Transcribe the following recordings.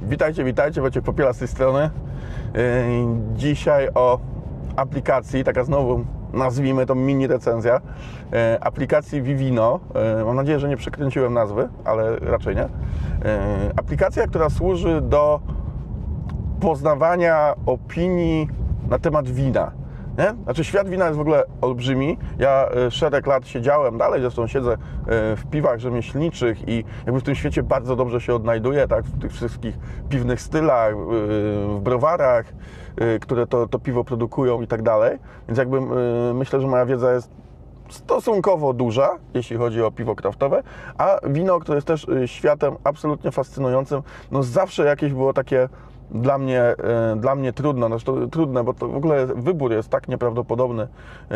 Witajcie, witajcie, Wojciech Popiela z tej strony. Dzisiaj o aplikacji, taka znowu nazwijmy to mini recenzja, aplikacji Vivino. Mam nadzieję, że nie przekręciłem nazwy, ale raczej nie. Aplikacja, która służy do poznawania opinii na temat wina. Nie? Znaczy świat wina jest w ogóle olbrzymi. Ja szereg lat siedziałem, dalej zresztą siedzę w piwach rzemieślniczych i jakby w tym świecie bardzo dobrze się odnajduję, tak? W tych wszystkich piwnych stylach, w browarach, które to piwo produkują i tak dalej. Więc jakby myślę, że moja wiedza jest stosunkowo duża, jeśli chodzi o piwo kraftowe, a wino, które jest też światem absolutnie fascynującym, no zawsze jakieś było takie dla mnie trudno, znaczy trudne, bo to w ogóle wybór jest tak nieprawdopodobny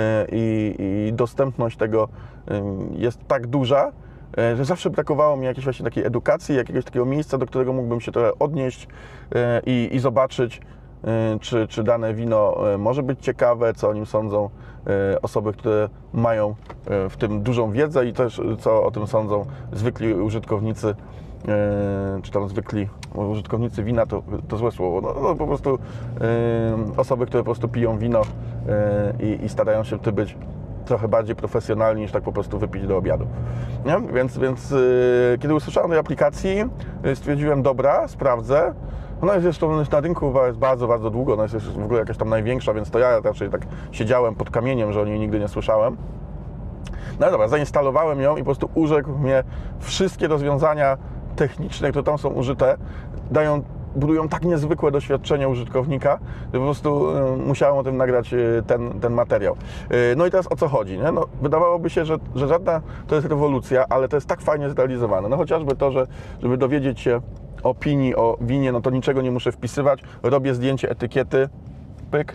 i dostępność tego jest tak duża, że zawsze brakowało mi jakiejś właśnie takiej edukacji, jakiegoś takiego miejsca, do którego mógłbym się trochę odnieść i zobaczyć, czy dane wino może być ciekawe, co o nim sądzą osoby, które mają w tym dużą wiedzę i też co o tym sądzą zwykli użytkownicy, czy tam zwykli użytkownicy wina, to złe słowo, no po prostu osoby, które po prostu piją wino i starają się być trochę bardziej profesjonalni niż tak po prostu wypić do obiadu. Nie? Więc kiedy usłyszałem tej aplikacji, stwierdziłem, dobra, sprawdzę. Ona jest zresztą na rynku jest bardzo, bardzo długo, ona jest w ogóle jakaś tam największa, więc to ja raczej tak siedziałem pod kamieniem, że o niej nigdy nie słyszałem. No dobra, zainstalowałem ją i po prostu urzekł mnie wszystkie rozwiązania techniczne, które tam są użyte, budują tak niezwykłe doświadczenie użytkownika, że po prostu musiałem o tym nagrać ten materiał. No i teraz o co chodzi? Nie? No, wydawałoby się, że żadna to jest rewolucja, ale to jest tak fajnie zrealizowane. No chociażby to, że żeby dowiedzieć się opinii o winie, no to niczego nie muszę wpisywać, robię zdjęcie etykiety, pyk,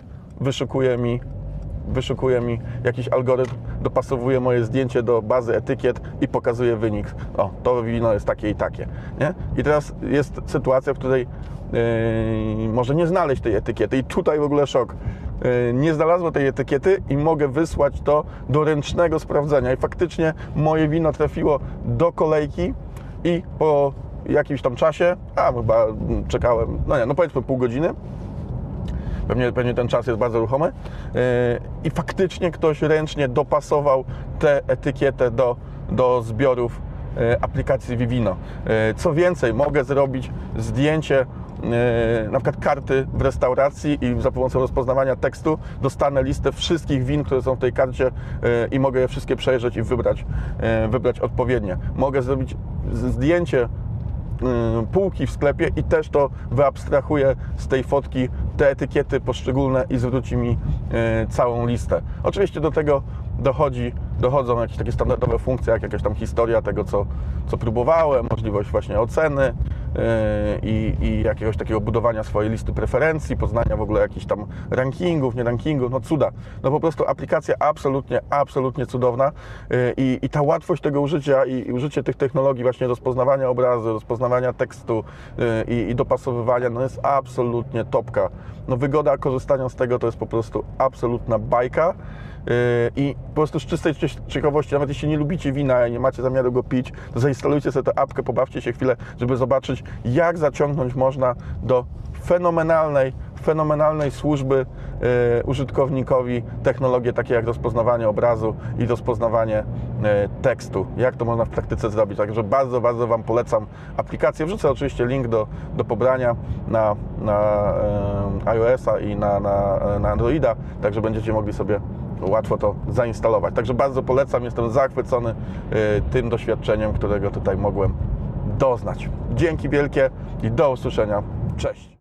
wyszukuje mi jakiś algorytm, dopasowuje moje zdjęcie do bazy etykiet i pokazuje wynik. O, to wino jest takie i takie. Nie? I teraz jest sytuacja, w której może nie znaleźć tej etykiety i tutaj w ogóle szok. Nie znalazło tej etykiety i mogę wysłać to do ręcznego sprawdzenia i faktycznie moje wino trafiło do kolejki i po jakimś tam czasie, chyba czekałem, no powiedzmy pół godziny, pewnie ten czas jest bardzo ruchomy i faktycznie ktoś ręcznie dopasował tę etykietę do zbiorów aplikacji Vivino. Co więcej, mogę zrobić zdjęcie na przykład karty w restauracji i za pomocą rozpoznawania tekstu dostanę listę wszystkich win, które są w tej karcie i mogę je wszystkie przejrzeć i wybrać odpowiednie. Mogę zrobić zdjęcie półki w sklepie i też to wyabstrahuję z tej fotki te etykiety poszczególne i zwróci mi całą listę. Oczywiście do tego dochodzą jakieś takie standardowe funkcje, jak jakaś tam historia tego, co próbowałem, możliwość właśnie oceny i jakiegoś takiego budowania swojej listy preferencji, poznania w ogóle jakichś tam rankingów, nie rankingów, no cuda. No po prostu aplikacja absolutnie cudowna i ta łatwość tego użycia i użycie tych technologii właśnie rozpoznawania obrazu, rozpoznawania tekstu i dopasowywania, no jest absolutnie topka. No wygoda korzystania z tego to jest po prostu absolutna bajka. I po prostu z czystej ciekawości, nawet jeśli nie lubicie wina i nie macie zamiaru go pić, to zainstalujcie sobie tę apkę, pobawcie się chwilę, żeby zobaczyć, jak zaciągnąć można do fenomenalnej służby użytkownikowi technologie takie jak rozpoznawanie obrazu i rozpoznawanie tekstu. Jak to można w praktyce zrobić? Także bardzo, bardzo Wam polecam aplikację. Wrzucę oczywiście link do pobrania na iOS-a i na Androida, także będziecie mogli sobie łatwo to zainstalować. Także bardzo polecam, jestem zachwycony tym doświadczeniem, którego tutaj mogłem doznać. Dzięki wielkie i do usłyszenia. Cześć!